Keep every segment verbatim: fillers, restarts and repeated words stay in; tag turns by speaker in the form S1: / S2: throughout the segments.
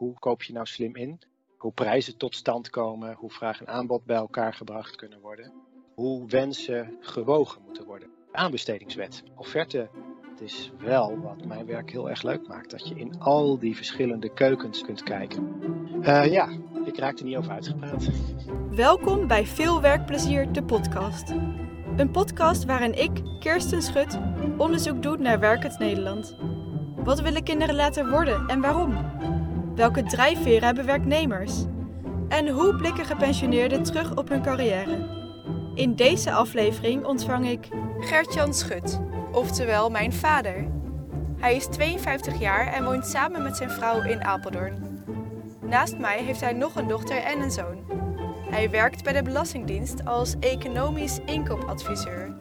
S1: Hoe koop je nou slim in? Hoe prijzen tot stand komen, hoe vraag en aanbod bij elkaar gebracht kunnen worden. Hoe wensen gewogen moeten worden. Aanbestedingswet, offerte. Het is wel wat mijn werk heel erg leuk maakt. Dat je in al die verschillende keukens kunt kijken. Uh, ja, ik raak er niet over uitgepraat.
S2: Welkom bij Veel Werkplezier, de podcast. Een podcast waarin ik, Kirsten Schut, onderzoek doe naar werkend Nederland. Wat willen kinderen laten worden en waarom? Welke drijfveren hebben werknemers? En hoe blikken gepensioneerden terug op hun carrière? In deze aflevering ontvang ik Gert-Jan Schut, oftewel mijn vader. Hij is tweeënvijftig jaar en woont samen met zijn vrouw in Apeldoorn. Naast mij heeft hij nog een dochter en een zoon. Hij werkt bij de Belastingdienst als economisch inkoopadviseur.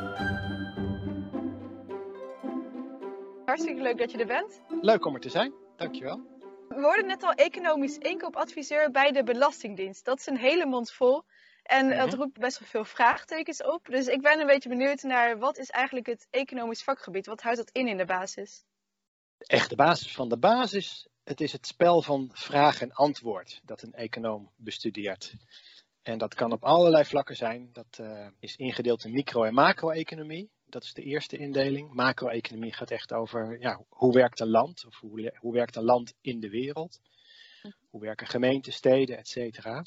S2: Hartstikke leuk dat je er bent.
S1: Leuk om er te zijn, dankjewel.
S2: We hoorden net al economisch inkoopadviseur bij de Belastingdienst. Dat is een hele mond vol en mm-hmm. dat roept best wel veel vraagtekens op. Dus ik ben een beetje benieuwd naar wat is eigenlijk het economisch vakgebied? Wat houdt dat in in de basis?
S1: Echt de basis van de basis. Het is het spel van vraag en antwoord dat een econoom bestudeert. En dat kan op allerlei vlakken zijn. Dat uh, is ingedeeld in micro- en macro-economie. Dat is de eerste indeling. Macro-economie gaat echt over ja, hoe werkt een land? Of hoe, hoe werkt een land in de wereld? Hoe werken gemeenten, steden, et cetera.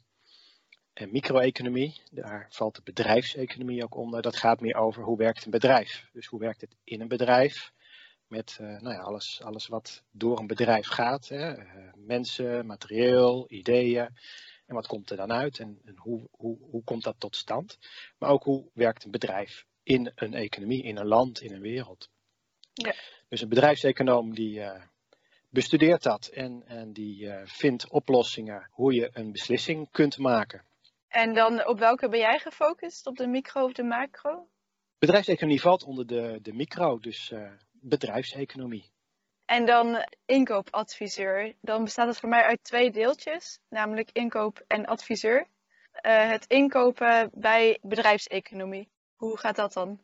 S1: En micro-economie, daar valt de bedrijfseconomie ook onder. Dat gaat meer over hoe werkt een bedrijf. Dus hoe werkt het in een bedrijf? Met uh, nou ja, alles, alles wat door een bedrijf gaat. Hè? Uh, mensen, materieel, ideeën. En wat komt er dan uit? En, en hoe, hoe, hoe komt dat tot stand? Maar ook hoe werkt een bedrijf in een economie, in een land, in een wereld. Ja. Dus een bedrijfseconoom die uh, bestudeert dat. En, en die uh, vindt oplossingen hoe je een beslissing kunt maken.
S2: En dan op welke ben jij gefocust? Op de micro of de macro?
S1: Bedrijfseconomie valt onder de, de micro, dus uh, bedrijfseconomie.
S2: En dan inkoopadviseur. Dan bestaat het voor mij uit twee deeltjes, namelijk inkoop en adviseur. Uh, het inkopen bij bedrijfseconomie. Hoe gaat dat dan?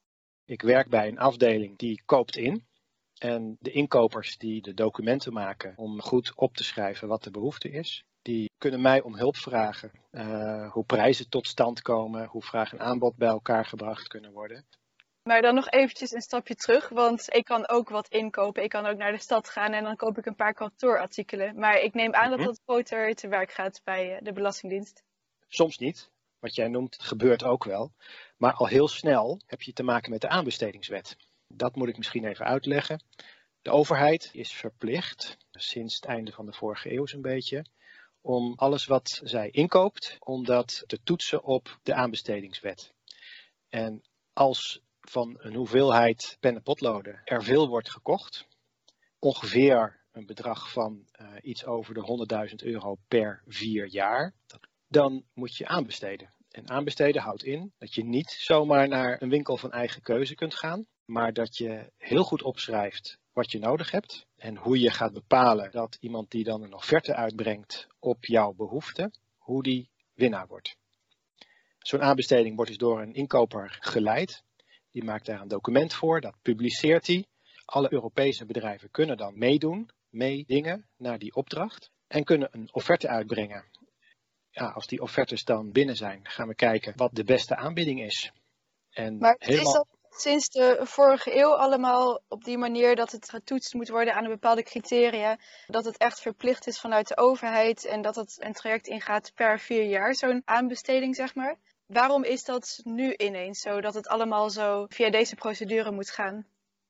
S1: Ik werk bij een afdeling die koopt in. En de inkopers die de documenten maken om goed op te schrijven wat de behoefte is. Die kunnen mij om hulp vragen. Uh, hoe prijzen tot stand komen, hoe vraag en aanbod bij elkaar gebracht kunnen worden.
S2: Maar dan nog eventjes een stapje terug, want ik kan ook wat inkopen. Ik kan ook naar de stad gaan en dan koop ik een paar kantoorartikelen. Maar ik neem aan mm-hmm. dat dat groter te werk gaat bij de Belastingdienst.
S1: Soms niet. Wat jij noemt gebeurt ook wel. Maar al heel snel heb je te maken met de aanbestedingswet. Dat moet ik misschien even uitleggen. De overheid is verplicht, sinds het einde van de vorige eeuw zo'n beetje, om alles wat zij inkoopt, om dat te toetsen op de aanbestedingswet. En als van een hoeveelheid pen- en potloden er veel wordt gekocht, ongeveer een bedrag van uh, iets over de honderdduizend euro per vier jaar, dan moet je aanbesteden. En aanbesteden houdt in dat je niet zomaar naar een winkel van eigen keuze kunt gaan, maar dat je heel goed opschrijft wat je nodig hebt en hoe je gaat bepalen dat iemand die dan een offerte uitbrengt op jouw behoefte, hoe die winnaar wordt. Zo'n aanbesteding wordt dus door een inkoper geleid. Die maakt daar een document voor, dat publiceert hij. Alle Europese bedrijven kunnen dan meedoen, meedingen naar die opdracht en kunnen een offerte uitbrengen. Ja, als die offertes dan binnen zijn, gaan we kijken wat de beste aanbieding is. En
S2: maar
S1: helemaal...
S2: is dat sinds de vorige eeuw allemaal op die manier dat het getoetst moet worden aan een bepaalde criteria, dat het echt verplicht is vanuit de overheid en dat het een traject ingaat per vier jaar, zo'n aanbesteding zeg maar? Waarom is dat nu ineens zo, dat het allemaal zo via deze procedure moet gaan?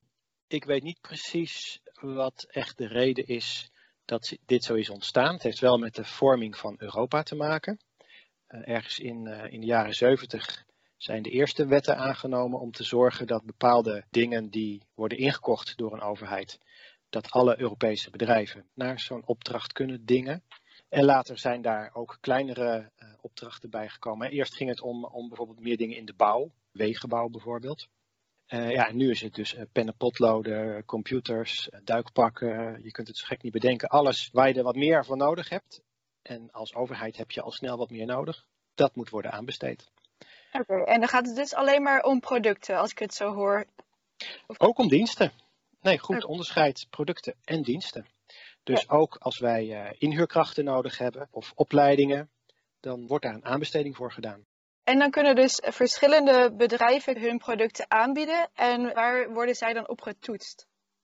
S1: Ik weet niet precies wat echt de reden is dat dit zo is ontstaan. Het heeft wel met de vorming van Europa te maken. Uh, ergens in, uh, in de jaren zeventig zijn de eerste wetten aangenomen om te zorgen dat bepaalde dingen die worden ingekocht door een overheid, dat alle Europese bedrijven naar zo'n opdracht kunnen dingen. En later zijn daar ook kleinere uh, opdrachten bij gekomen. Eerst ging het om, om bijvoorbeeld meer dingen in de bouw, wegenbouw bijvoorbeeld. Uh, ja, en nu is het dus uh, pen- en potloden, computers, uh, duikpakken. Uh, je kunt het zo gek niet bedenken. Alles waar je er wat meer voor nodig hebt. En als overheid heb je al snel wat meer nodig. Dat moet worden aanbesteed.
S2: Oké, okay, en dan gaat het dus alleen maar om producten, als ik het zo hoor?
S1: Of... Ook om diensten. Nee, goed okay. Onderscheid producten en diensten. Dus
S3: Ja.
S1: ook als wij uh, inhuurkrachten nodig hebben of opleidingen, dan wordt daar een aanbesteding voor gedaan.
S2: En dan kunnen dus verschillende bedrijven hun producten aanbieden. En waar worden zij dan op getoetst?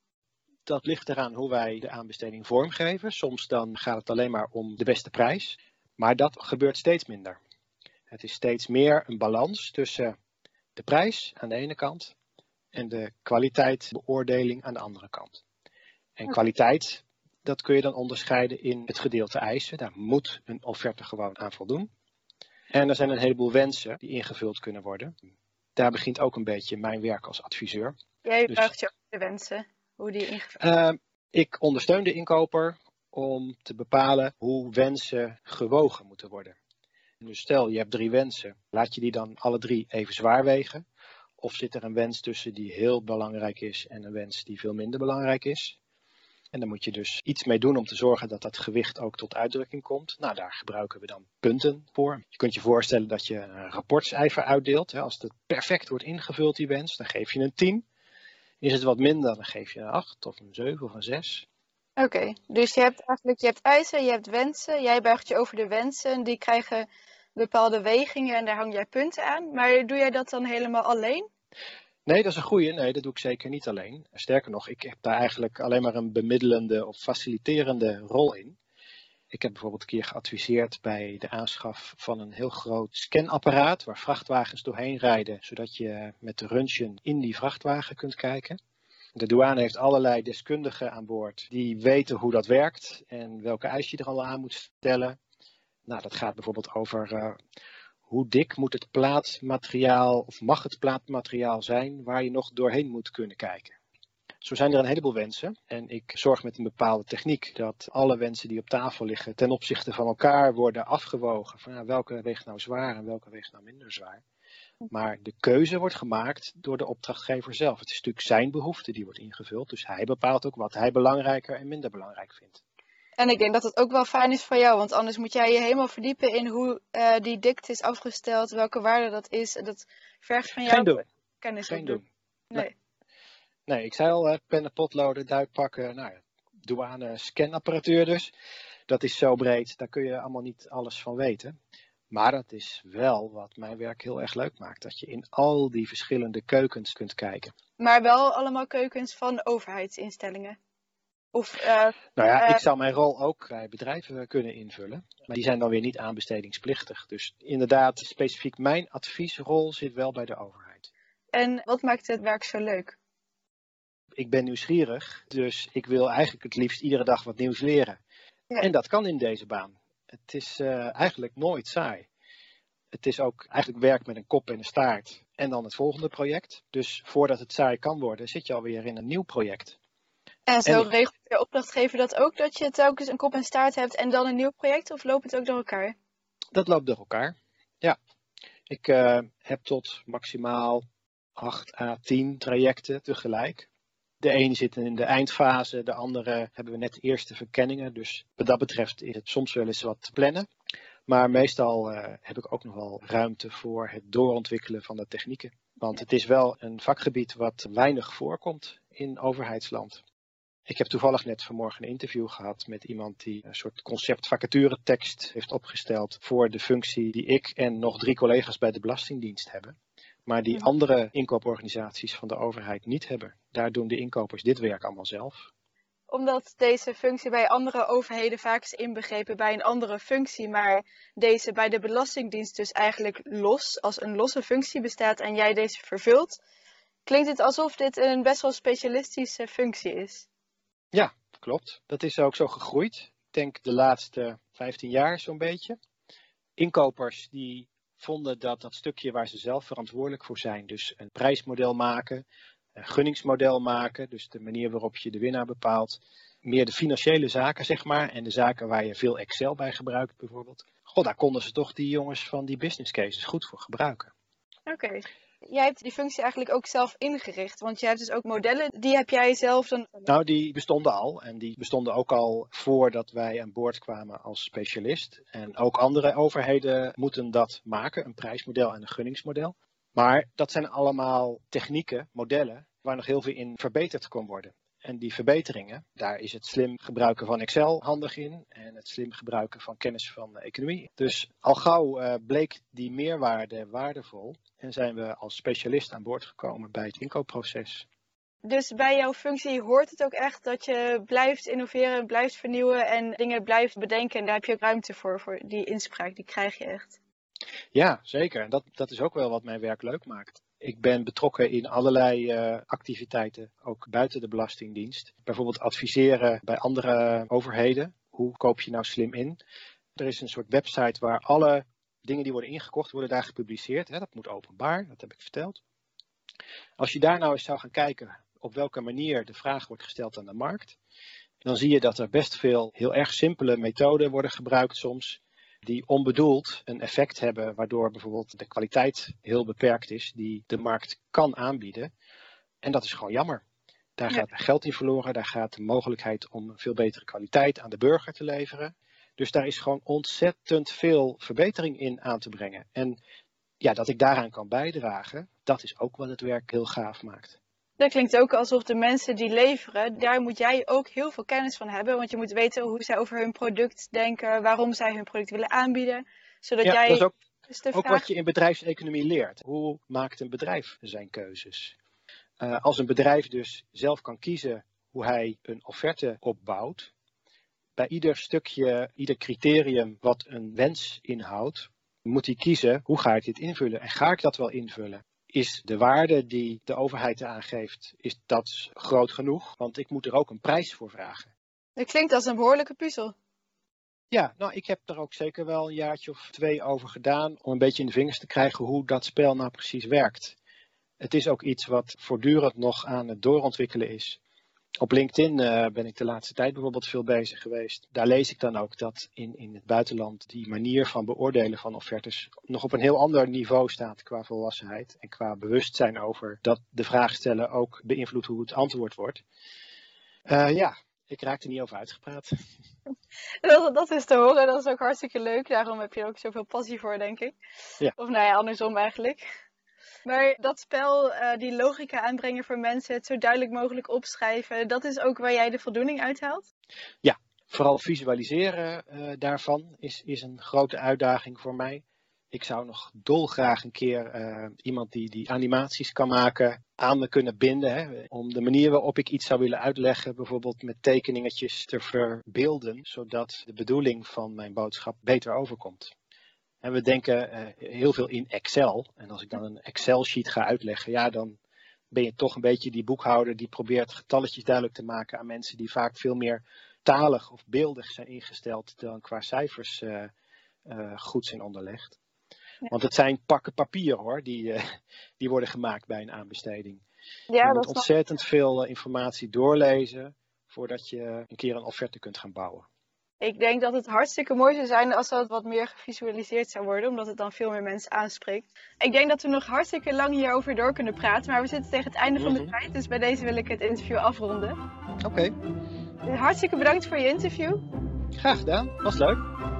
S1: Dat ligt eraan hoe wij de aanbesteding vormgeven. Soms dan gaat het alleen maar om de beste prijs. Maar dat gebeurt steeds minder. Het is steeds meer een balans tussen de prijs aan de ene kant en de kwaliteitsbeoordeling aan de andere kant. En kwaliteit, dat kun je dan onderscheiden in het gedeelte eisen. Daar moet een offerte gewoon aan voldoen. En er zijn een heleboel wensen die ingevuld kunnen worden. Daar begint ook een beetje mijn werk als adviseur.
S2: Jij
S1: Dus,
S2: buigt je over de wensen, hoe die ingevuld
S1: uh, Ik ondersteun de inkoper om te bepalen hoe wensen gewogen moeten worden. Dus stel je hebt drie wensen, laat je die dan alle drie even zwaar wegen? Of zit er een wens tussen die heel belangrijk is en een wens die veel minder belangrijk is? En dan moet je dus iets mee doen om te zorgen dat dat gewicht ook tot uitdrukking komt. Nou, daar gebruiken we dan punten voor. Je kunt je voorstellen dat je een rapportcijfer uitdeelt. Als het perfect wordt ingevuld, die wens, dan geef je een tien. Is het wat minder, dan geef je een acht of een zeven of een zes.
S2: Oké, okay, dus je hebt eigenlijk je hebt eisen, je hebt wensen. Jij buigt je over de wensen. Die krijgen bepaalde wegingen en daar hang jij punten aan. Maar doe jij dat dan helemaal alleen?
S1: Nee, dat is een goeie. Nee, dat doe ik zeker niet alleen. Sterker nog, ik heb daar eigenlijk alleen maar een bemiddelende of faciliterende rol in. Ik heb bijvoorbeeld een keer geadviseerd bij de aanschaf van een heel groot scanapparaat waar vrachtwagens doorheen rijden, zodat je met de röntgen in die vrachtwagen kunt kijken. De douane heeft allerlei deskundigen aan boord die weten hoe dat werkt en welke eisen je er al aan moet stellen. Nou, dat gaat bijvoorbeeld over uh, hoe dik moet het plaatmateriaal of mag het plaatmateriaal zijn waar je nog doorheen moet kunnen kijken. Zo zijn er een heleboel wensen en ik zorg met een bepaalde techniek dat alle wensen die op tafel liggen ten opzichte van elkaar worden afgewogen. Van, nou, welke weegt nou zwaar en welke weegt nou minder zwaar. Maar de keuze wordt gemaakt door de opdrachtgever zelf. Het is natuurlijk zijn behoefte die wordt ingevuld, dus hij bepaalt ook wat hij belangrijker en minder belangrijk vindt.
S2: En ik denk dat het ook wel fijn is voor jou, want anders moet jij je helemaal verdiepen in hoe uh, die dikte is afgesteld, welke waarde dat is. En dat vergt van jou
S1: Geen doen.
S2: kennis
S1: Geen doen.
S2: Nee.
S1: nee. Nee, ik zei al, uh, pennen, potloden, duikpakken, nou ja, douane, scanapparatuur dus. Dat is zo breed, daar kun je allemaal niet alles van weten. Maar dat is wel wat mijn werk heel erg leuk maakt. Dat je in al die verschillende keukens kunt kijken.
S2: Maar wel allemaal keukens van overheidsinstellingen? Of, uh,
S1: nou ja,
S2: uh,
S1: ik zou mijn rol ook bij bedrijven kunnen invullen. Maar die zijn dan weer niet aanbestedingsplichtig. Dus inderdaad, specifiek mijn adviesrol zit wel bij de overheid.
S2: En wat maakt het werk zo leuk?
S1: Ik ben nieuwsgierig, dus ik wil eigenlijk het liefst iedere dag wat nieuws leren. Ja. En dat kan in deze baan. Het is uh, eigenlijk nooit saai. Het is ook eigenlijk werk met een kop en een staart en dan het volgende project. Dus voordat het saai kan worden, zit je alweer in een nieuw project.
S2: En zo en regelt de opdrachtgever dat ook, dat je telkens een kop en staart hebt en dan een nieuw project? Of loopt het ook door elkaar?
S1: Dat loopt door elkaar, ja. Ik uh, heb tot maximaal acht à tien trajecten tegelijk. De ene zit in de eindfase, de andere hebben we net de eerste verkenningen. Dus wat dat betreft is het soms wel eens wat te plannen. Maar meestal uh, heb ik ook nog wel ruimte voor het doorontwikkelen van de technieken. Want het is wel een vakgebied wat weinig voorkomt in overheidsland. Ik heb toevallig net vanmorgen een interview gehad met iemand die een soort concept vacaturetekst heeft opgesteld voor de functie die ik en nog drie collega's bij de Belastingdienst hebben. Maar die andere inkooporganisaties van de overheid niet hebben. Daar doen de inkopers dit werk allemaal zelf.
S2: Omdat deze functie bij andere overheden vaak is inbegrepen bij een andere functie, maar deze bij de Belastingdienst dus eigenlijk los, als een losse functie bestaat en jij deze vervult, klinkt het alsof dit een best wel specialistische functie is.
S1: Ja, klopt. Dat is ook zo gegroeid. Ik denk de laatste vijftien jaar zo'n beetje. Inkopers die vonden dat dat stukje waar ze zelf verantwoordelijk voor zijn, dus een prijsmodel maken, een gunningsmodel maken, dus de manier waarop je de winnaar bepaalt, meer de financiële zaken zeg maar, en de zaken waar je veel Excel bij gebruikt bijvoorbeeld. Goh, daar konden ze toch die jongens van die business cases goed voor gebruiken.
S2: Oké. Okay. Jij hebt die functie eigenlijk ook zelf ingericht, want jij hebt dus ook modellen, die heb jij zelf dan...
S1: Nou, die bestonden al en die bestonden ook al voordat wij aan boord kwamen als specialist. En ook andere overheden moeten dat maken, een prijsmodel en een gunningsmodel. Maar dat zijn allemaal technieken, modellen, waar nog heel veel in verbeterd kon worden. En die verbeteringen, daar is het slim gebruiken van Excel handig in en het slim gebruiken van kennis van de economie. Dus al gauw uh, bleek die meerwaarde waardevol en zijn we als specialist aan boord gekomen bij het inkoopproces.
S2: Dus bij jouw functie hoort het ook echt dat je blijft innoveren, blijft vernieuwen en dingen blijft bedenken. En daar heb je ook ruimte voor, voor die inspraak, die krijg je echt.
S1: Ja, zeker. En dat, dat is ook wel wat mijn werk leuk maakt. Ik ben betrokken in allerlei uh, activiteiten, ook buiten de Belastingdienst. Bijvoorbeeld adviseren bij andere overheden. Hoe koop je nou slim in? Er is een soort website waar alle dingen die worden ingekocht, worden daar gepubliceerd. Hè? Dat moet openbaar, dat heb ik verteld. Als je daar nou eens zou gaan kijken op welke manier de vraag wordt gesteld aan de markt, dan zie je dat er best veel heel erg simpele methoden worden gebruikt soms, die onbedoeld een effect hebben, waardoor bijvoorbeeld de kwaliteit heel beperkt is, die de markt kan aanbieden. En dat is gewoon jammer. Daar
S2: Ja.
S1: gaat geld in verloren, daar gaat de mogelijkheid om een veel betere kwaliteit aan de burger te leveren. Dus daar is gewoon ontzettend veel verbetering in aan te brengen. En ja, dat ik daaraan kan bijdragen, dat is ook wat het werk heel gaaf maakt.
S2: Dat klinkt ook alsof de mensen die leveren, daar moet jij ook heel veel kennis van hebben. Want je moet weten hoe zij over hun product denken, waarom zij hun product willen aanbieden. Zodat
S1: Ja,
S2: jij
S1: dat is ook,
S2: dus de
S1: ook
S2: vraag...
S1: wat je in bedrijfseconomie leert. Hoe maakt een bedrijf zijn keuzes? Uh, als een bedrijf dus zelf kan kiezen hoe hij een offerte opbouwt, bij ieder stukje, ieder criterium wat een wens inhoudt, moet hij kiezen hoe ga ik dit invullen en ga ik dat wel invullen? Is de waarde die de overheid aangeeft, is dat groot genoeg? Want ik moet er ook een prijs voor vragen.
S2: Dat klinkt als een behoorlijke puzzel.
S1: Ja, nou ik heb er ook zeker wel een jaartje of twee over gedaan om een beetje in de vingers te krijgen hoe dat spel nou precies werkt. Het is ook iets wat voortdurend nog aan het doorontwikkelen is. Op LinkedIn uh, ben ik de laatste tijd bijvoorbeeld veel bezig geweest. Daar lees ik dan ook dat in, in het buitenland die manier van beoordelen van offertes nog op een heel ander niveau staat qua volwassenheid en qua bewustzijn over dat de vraag stellen ook beïnvloedt hoe het antwoord wordt. Uh, ja, ik raak er niet over uitgepraat.
S2: Dat, dat is te horen, dat is ook hartstikke leuk. Daarom heb je er ook zoveel passie voor, denk ik.
S1: Ja.
S2: Of nou ja, andersom eigenlijk. Maar dat spel, uh, die logica aanbrengen voor mensen, het zo duidelijk mogelijk opschrijven, dat is ook waar jij de voldoening uithaalt?
S1: Ja, vooral visualiseren uh, daarvan is, is een grote uitdaging voor mij. Ik zou nog dolgraag een keer uh, iemand die, die animaties kan maken aan me kunnen binden. Hè, om de manier waarop ik iets zou willen uitleggen, bijvoorbeeld met tekeningetjes te verbeelden, zodat de bedoeling van mijn boodschap beter overkomt. En we denken uh, heel veel in Excel. En als ik dan een Excel-sheet ga uitleggen, ja, dan ben je toch een beetje die boekhouder die probeert getalletjes duidelijk te maken aan mensen die vaak veel meer talig of beeldig zijn ingesteld dan qua cijfers uh, uh, goed zijn onderlegd. Ja. Want het zijn pakken papier hoor, die, uh, die worden gemaakt bij een aanbesteding. Ja, je moet ontzettend veel uh, informatie doorlezen voordat je een keer een offerte kunt gaan bouwen.
S2: Ik denk dat het hartstikke mooi zou zijn als dat wat meer gevisualiseerd zou worden, omdat het dan veel meer mensen aanspreekt. Ik denk dat we nog hartstikke lang hierover door kunnen praten, maar we zitten tegen het einde van de tijd, dus bij deze wil ik het interview afronden.
S1: Oké. Okay.
S2: Hartstikke bedankt voor je interview.
S1: Graag gedaan, was leuk.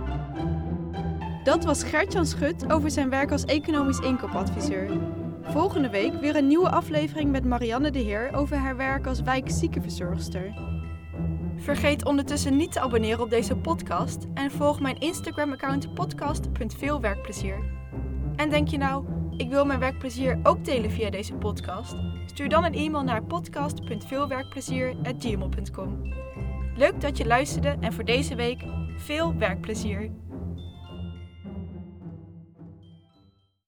S2: Dat was Gert-Jan Schut over zijn werk als economisch inkoopadviseur. Volgende week weer een nieuwe aflevering met Marianne de Heer over haar werk als wijkziekenverzorgster. Vergeet ondertussen niet te abonneren op deze podcast en volg mijn Instagram-account podcast punt veel werkplezier. En denk je nou, ik wil mijn werkplezier ook delen via deze podcast? Stuur dan een e-mail naar podcast punt veel werkplezier apenstaartje gmail punt com. Leuk dat je luisterde en voor deze week veel werkplezier!